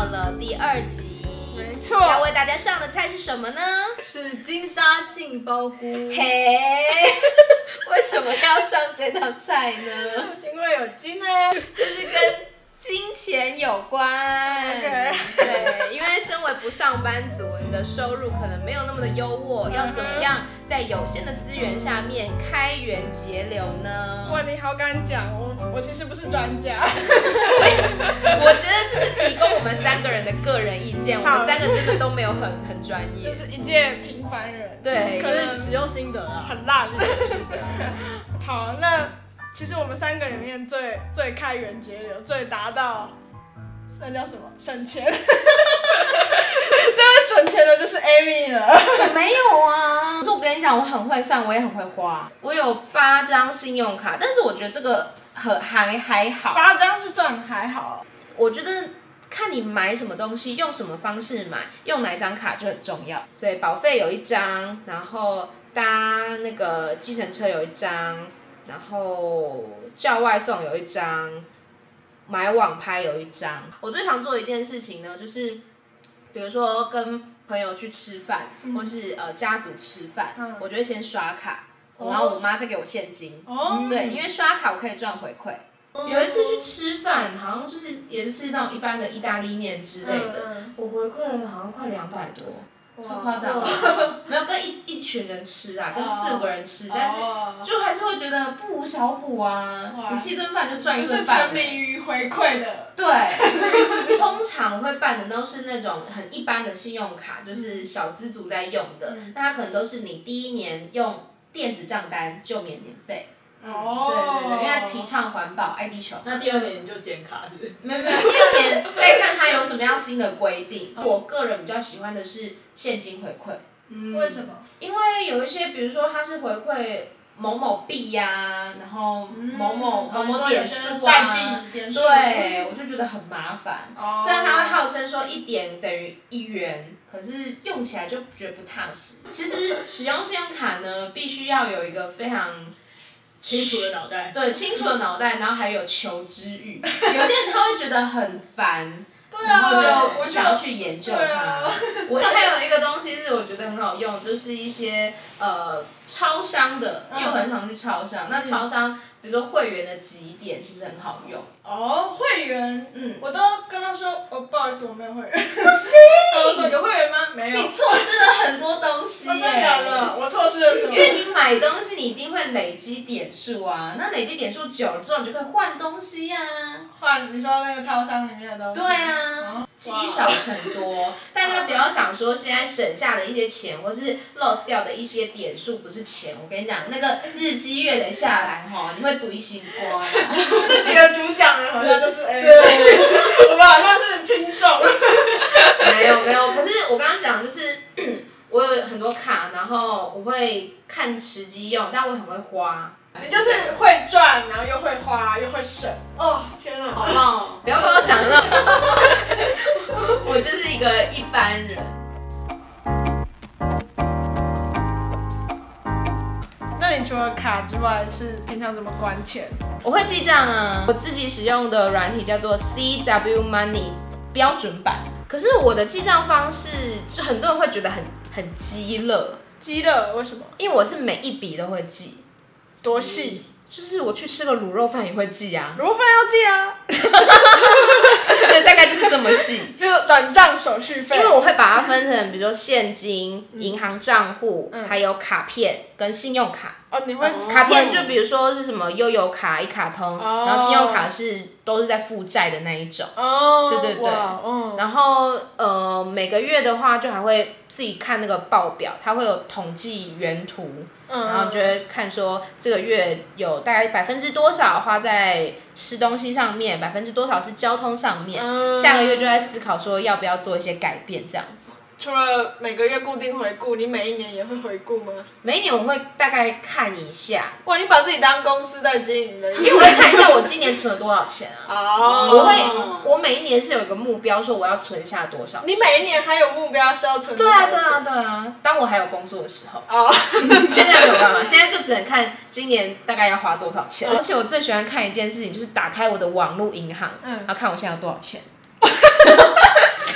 了第2集， 没错。 要为大家上的菜是什么呢？ 是金沙杏鲍菇。 嘿，为什么要上这道菜呢？ 因为有金就是跟金钱有关。 Okay. 对，因为身为不上班族，你的收入可能没有那么的优渥，要怎么样在有限的资源下面开源节流呢？ 哇，你好敢讲，我其实不是专家。 我觉得就是提供我们3个人的个人意见，我们3个真的都没有很专业， 就是一介平凡人。 对， 可以使用心得啊， 很烂。 是的，是的。 好，那其实我们3个里面最开源节流，最达到那叫什么省钱？最会省钱的就是 Amy 了。 我没有啊，可是我跟你讲，我很会算，我也很会花。我有8张信用卡，但是我觉得这个还好。 8张就算还好。 我觉得看你买什么东西，用什么方式买，用哪一张卡就很重要。所以保费有1张，然后搭那个计程车有1张，然后叫外送有1张，买网拍有1张。我最常做的一件事情呢，就是比如说跟朋友去吃饭，或是家族吃饭，我就会先刷卡，然后我妈再给我现金。对，因为刷卡我可以赚回馈。有一次去吃饭，好像就是也是吃那种一般的意大利面之类的，我回馈了好像快200多，超夸张的。没有跟一群人吃啊，跟4、5个人吃，但是就还是会觉得不无小补啊。你吃1顿饭就赚1顿饭。 就是沉迷于回馈的。 对，通常我会办的都是那种很一般的信用卡，就是小资族在用的，那它可能都是你第1年用电子账单就免年费。对，因为它提倡环保、爱地球。 那第2年你就剪卡是不是？ 没有，第2年再看它有什么样新的规定。我个人比较喜欢的是现金回馈。 为什么？ 因为有一些，比如说它是回馈某某币呀，然后某某点数啊，对，我就觉得很麻烦。虽然它会号称说1点等于1元，可是用起来就觉得不踏实。其实使用信用卡呢，必须要有一个非常清楚的脑袋， 对，清楚的脑袋，然后还有求知欲。有些人他会觉得很烦，然后就不想要去研究它。我还有一个东西是我觉得很好用，就是一些超商的，因为我很常去超商。那超商比如说会员的集点其实很好用。 会员，我都跟他说，不好意思，我没有会员。 不是。 我说有会员吗？没有。 你错失了很多东西耶。 真的假的？我错失了什么？ 因为你买东西，你一定会累积点数啊。那累积点数久了之后，你就可以换东西啊。 你说那个超商里面的东西。 对啊。积少成多，大家不要想说现在省下的一些钱，或是 lost 掉的一些点数不是钱。我跟你讲，那个日积月累下来你会堆心瓜。 这几个主讲人好像都是我们好像是听众。 没有，可是我刚刚讲就是我有很多卡，然后我会看时机用，但我很会花。 你就是会赚，然后又会花，又会省。天哪， 好棒哦！ 不要帮我讲了，我就是一个一般人。 那你除了卡之外，是平常怎么管钱？ 我会记账啊，我自己使用的软体叫做 CW Money 标准版。可是我的记账方式，就很多人会觉得很鸡肋。 鸡肋为什么？ 因为我是每一笔都会记。 多细？ 就是我去吃个卤肉饭也会记啊。 卤肉饭要记啊。 对，大概就是这么细。 就转账手续费。 因为我会把它分成，比如说现金、银行账户，还有卡片跟信用卡。 你会卡片就比如说是什么悠游卡、一卡通，然后信用卡都是在负债的那一种。对。然后每个月的话，就还会自己看那个报表，它会有统计原图，然后就会看说这个月有大概多少花在吃东西上面，多少是交通上面，下个月就在思考说要不要做一些改变这样子。 除了每个月固定回顾，你每一年也会回顾吗？ 每一年我会大概看一下。 哇，你把自己当公司在经营的。 因为我会看一下我今年存了多少钱啊。我每一年是有一个目标，说我要存下多少钱。 你每一年还有目标是要存多少钱？对啊。当我还有工作的时候。现在没有办法，现在就只能看今年大概要花多少钱。而且我最喜欢看一件事情，就是打开我的网络银行，然后看我现在有多少钱。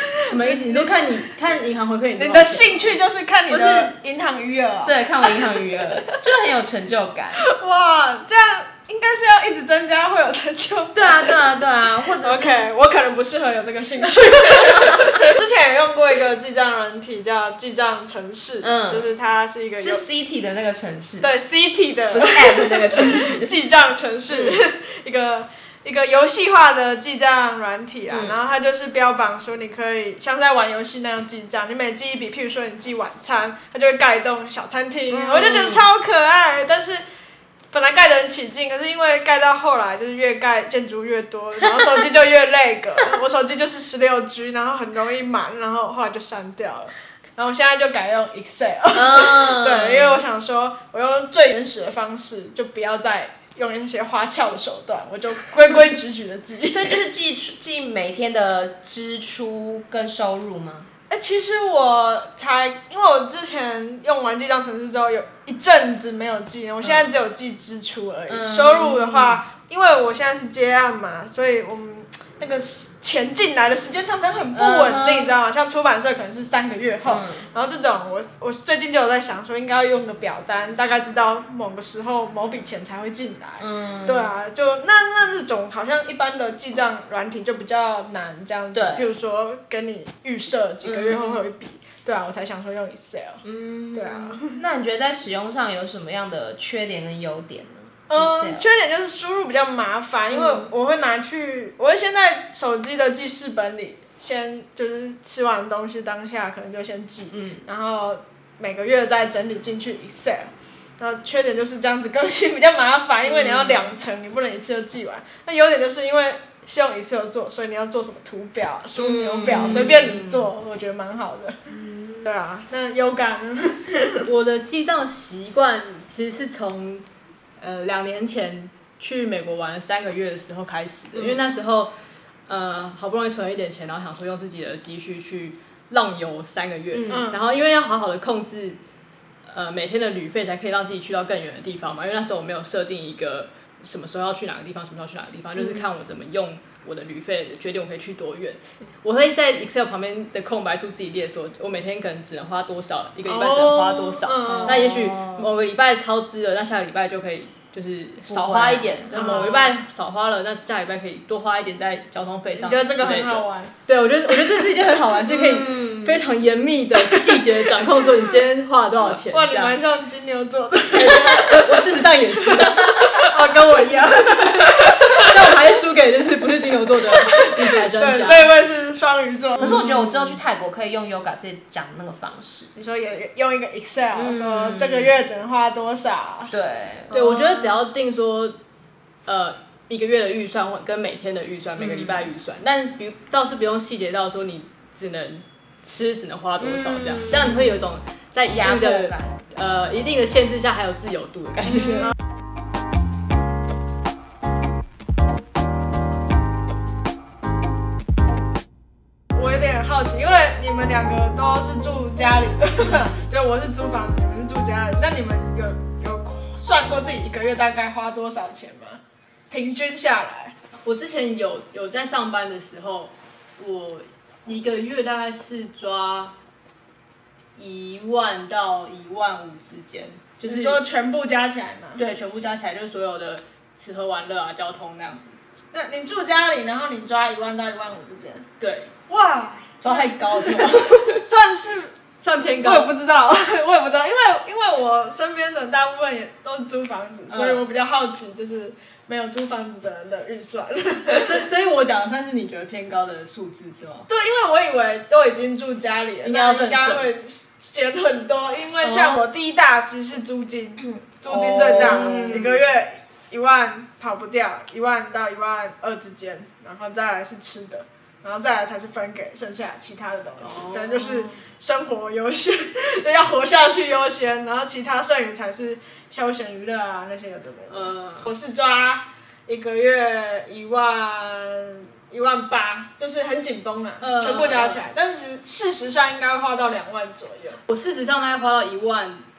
么意思？你说看银行回馈你的兴趣就是看你的银行余额。 对，看我银行余额，就很有成就感。 哇，这样应该是要一直增加会有成就感。 对啊，或者是 OK， 我可能不适合有这个兴趣。之前也用过一个记账软体叫记账城市，就是它是一个是 City 的那个城市， 对 City 的， 不是 App 那个城市， 记账城市，一个游戏化的记账软体啊，然后它就是标榜说你可以像在玩游戏那样记账，你每记一笔，譬如说你记晚餐，它就会盖一栋小餐厅，我就觉得超可爱，但是。本来盖得很起劲，可是因为盖到后来就是越盖建筑越多，然后手机就越累个。我手机就是16G， 然后很容易满，然后后来就删掉了。然后我现在就改用 Excel，对，因为我想说，我用最原始的方式，就不要再用一些花俏的手段，我就规规矩矩的记。 所以就是记每天的支出跟收入吗？ 其实因为我之前用完记账程式之后，有一阵子没有记，我现在只有记支出而已。收入的话，因为我现在是接案嘛，所以我们那个钱进来的时间常常很不稳定，你知道吗？像出版社可能是3个月后，然后这种我最近就有在想说，应该要用个表单，大概知道某个时候某笔钱才会进来。对啊，就那种好像一般的记账软体就比较难这样子，譬如说给你预设几个月后会有一笔。对啊，我才想说用 Excel。对啊。 那你觉得在使用上有什么样的缺点跟优点呢？ 缺点就是输入比较麻烦，因为我会先在手机的记事本里，先就是吃完东西当下可能就先记，然后每个月再整理进去 Excel。然后缺点就是这样子更新比较麻烦，因为你要2层，你不能一次就记完。那优点就是因为是用 Excel 做，所以你要做什么图表、枢纽表，随便你做，我觉得蛮好的。对啊，那优感呢？ 我的记账习惯其实是从2年前去美国玩3个月的时候开始的，因为那时候好不容易存了一点钱，然后想说用自己的积蓄去浪游3个月，然后因为要好好的控制每天的旅费，才可以让自己去到更远的地方嘛。因为那时候我没有设定一个什么时候要去哪个地方，什么时候去哪个地方，就是看我怎么用我的旅费决定我可以去多远。我会在 Excel 旁边的空白处自己列说，我每天可能只能花多少，一个礼拜只能花多少。那也许某个礼拜超支了，那下个礼拜就可以就是少花一点。那某个礼拜少花了，那下礼拜可以多花一点在交通费上。 你觉得这个很好玩？ 对，我觉得这是一件很好玩，是可以非常严密的细节掌控，说你今天花了多少钱。 哇，你蛮像金牛座的。 我事实上也是。 跟我一样。 但我还是输给就是不是金牛座的理财专家。 对，这一位是双鱼座。 可是我觉得我之后去泰国可以用 Yoga 自己讲那个方式。 你说也用一个 Excel 说这个月只能花多少？ 对， 我觉得只要定说一个月的预算跟每天的预算，每个礼拜预算，但倒是不用细节到说你只能花多少这样，这样你会有一种在一定的限制下还有自由度的感觉。 我有点好奇，因为你们2个都是住家里的，就我是租房子，你们是住家里，那你们有算过自己1个月大概花多少钱吗？平均下来？ 我之前有在上班的时候，我1个月大概是抓1万到1.5万之间，就是你说全部加起来吗？ 对，全部加起来就是所有的吃喝玩乐啊、交通那样子。 那你住家里，然后你抓1万到1.5万之间？ 对。 哇， 抓太高了是吗？算偏高。 我也不知道，因为我身边的大部分也都是租房子，所以我比较好奇，就是没有租房子的人的预算。 所以我讲的算是你觉得偏高的数字是吗？ 对，因为我以为都已经住家里了，应该会减很多，因为像我第一大其实是租金，租金最大，1个月1万跑不掉，1万到1.2万之间，然后再来是吃的。然后再来才是分给剩下其他的东西，可能就是生活优先，要活下去优先，然后其他剩余才是休闲娱乐啊那些有的没的。我是抓1个月1.8万，就是很紧绷啦，全部加起来。但是事实上应该会花到2万左右。 我事实上大概花到1万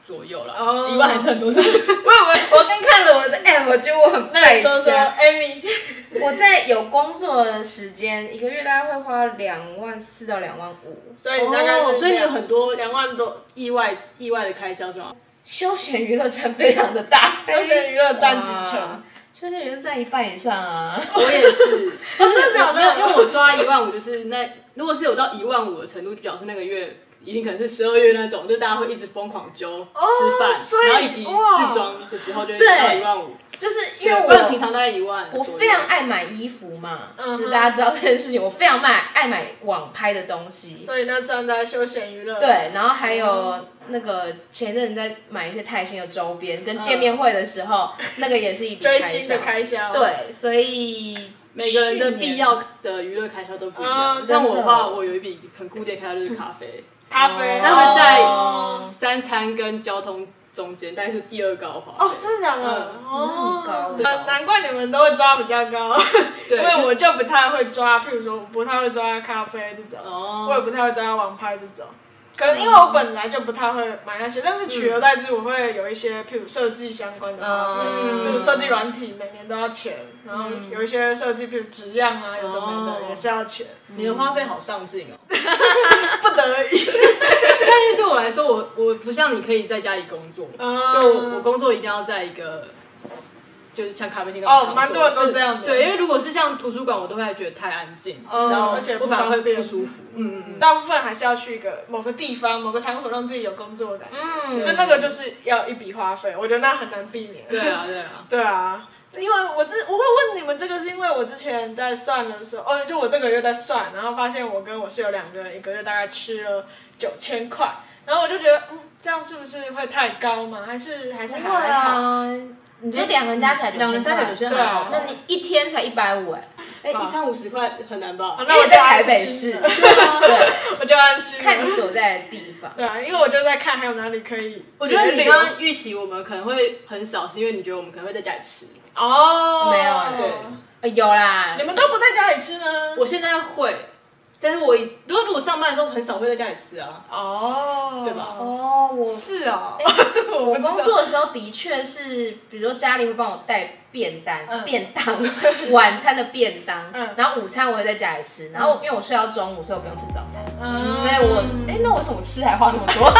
左右啦， 哦 1万还是很多是。 我刚看了我的 app， 我觉得我很那败你说说家。 ，Amy， 我在有工作的时间，一个月大概会花2.4万到2.5万。 所以你大概是所以你有很多 2万多， 意外的开销是吗？ 休闲娱乐占非常的大， 休闲娱乐占几成？ 哇？休闲娱乐占1半以上啊！ 我也是，就是真的假的没有，因为我抓1.5万，就是如果是有到1.5万的程度，就表示那个月一定可能是12月那种，就大家会一直疯狂揪吃饭， 所以然后以及哇自装的时候就会对到1.5万。 就是因为不然平我常大概1万左右。 非常爱买衣服嘛， 嗯哼就是大家知道这件事情，我非常爱买网拍的东西。 所以那赚在休闲娱乐。 对，然后还有那个前阵子在买一些泰星的周边，跟见面会的时候，那个也是一笔追星的开销。 对，所以每个人的必要的娱乐开销都不一样。像我的话，我有一笔很固定开销就是咖啡， 咖啡， 那会在哦 3餐跟交通中间，大概是第2高花费。 哦，真的假的？ 很高的难怪你们都会抓比较高， 对因为我就不太会抓，譬如说我不太会抓咖啡这种， 哦我也不太会抓网拍这种。可能因为我本来就不太会买那些，但是取而代之，我会有一些譬如设计相关的花费， 嗯譬如设计软体每年都要钱，然后有一些设计譬如纸样啊，有的没的也是要钱， 你的花费好上进哦。 不得已。 但因为对我来说，我不像你可以在家里工作，就我工作一定要在一个。就是像咖啡厅那种场所， 蛮多人都这样子。 对，因为如果是像图书馆，我都会觉得太安静，然后而且我反而会不方便不舒服。 大部分还是要去一个某个地方、某个场所，让自己有工作感。那个就是要一笔花费，我觉得那很难避免。 对啊，对啊。 对啊，因为我会问你们这个，是因为我之前在算的时候，就我这个月在算，然后发现我跟我室友2个人一个月大概吃了9000块，然后我就觉得，这样是不是会太高吗？还是还好？ 你就2个人加起来9000块， 2个人加起来9000还好。 那你一天才150哎。 1餐50块很难吧？ 那我在台北市，对， 我就安心。 看你所在的地方。 对啊，因为我就在看还有哪里可以。 我觉得你刚刚预期我们可能会很少，是因为你觉得我们可能会在家里吃。 哦， 没有，对，有啦。 你们都不在家里吃吗？ 我现在会。但是如果上班的时候很少会在家里吃啊，对吧？ 是哦， 我工作的时候的确是，比如说家里会帮我带便当，晚餐的便当，然后午餐我会在家里吃，然后因为我睡到中午，所以我不用吃早餐，所以那我为什么吃还花那么多？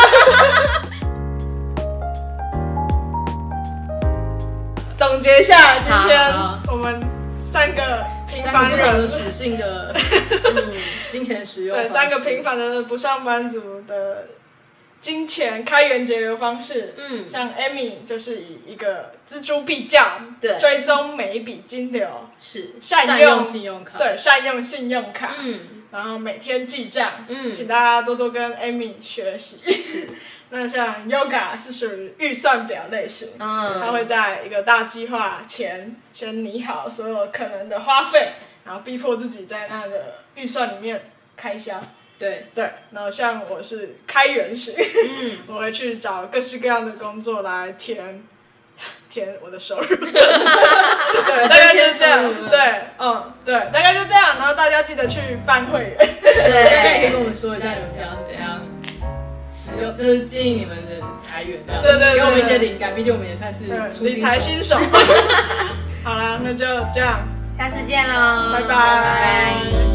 总结一下，今天我们3个平凡不同的人属性的金钱使用， 对，3个平凡的不上班族的金钱开源节流方式。像 Amy 就是以一个锱铢必较，追踪每一笔金流， 是善用信用卡， 对，善用信用卡，然后每天记账，请大家多多跟 Amy 学习。那像 Yoga 是属于预算表类型，他会在一个大计划前先拟好所有可能的花费，然后逼迫自己在那个预算里面开销。对，然后像我是开源型，我会去找各式各样的工作来填我的收入。对，大概就是这样。对，大概就这样。然后大家记得去办会员。 对，可以跟我们说一下你们平常是怎样使用，就是经营你们的财源这样。 对， 给我们一些灵感，毕竟我们也算是理财新手。好啦，那就这样， 下次见喽， 拜拜。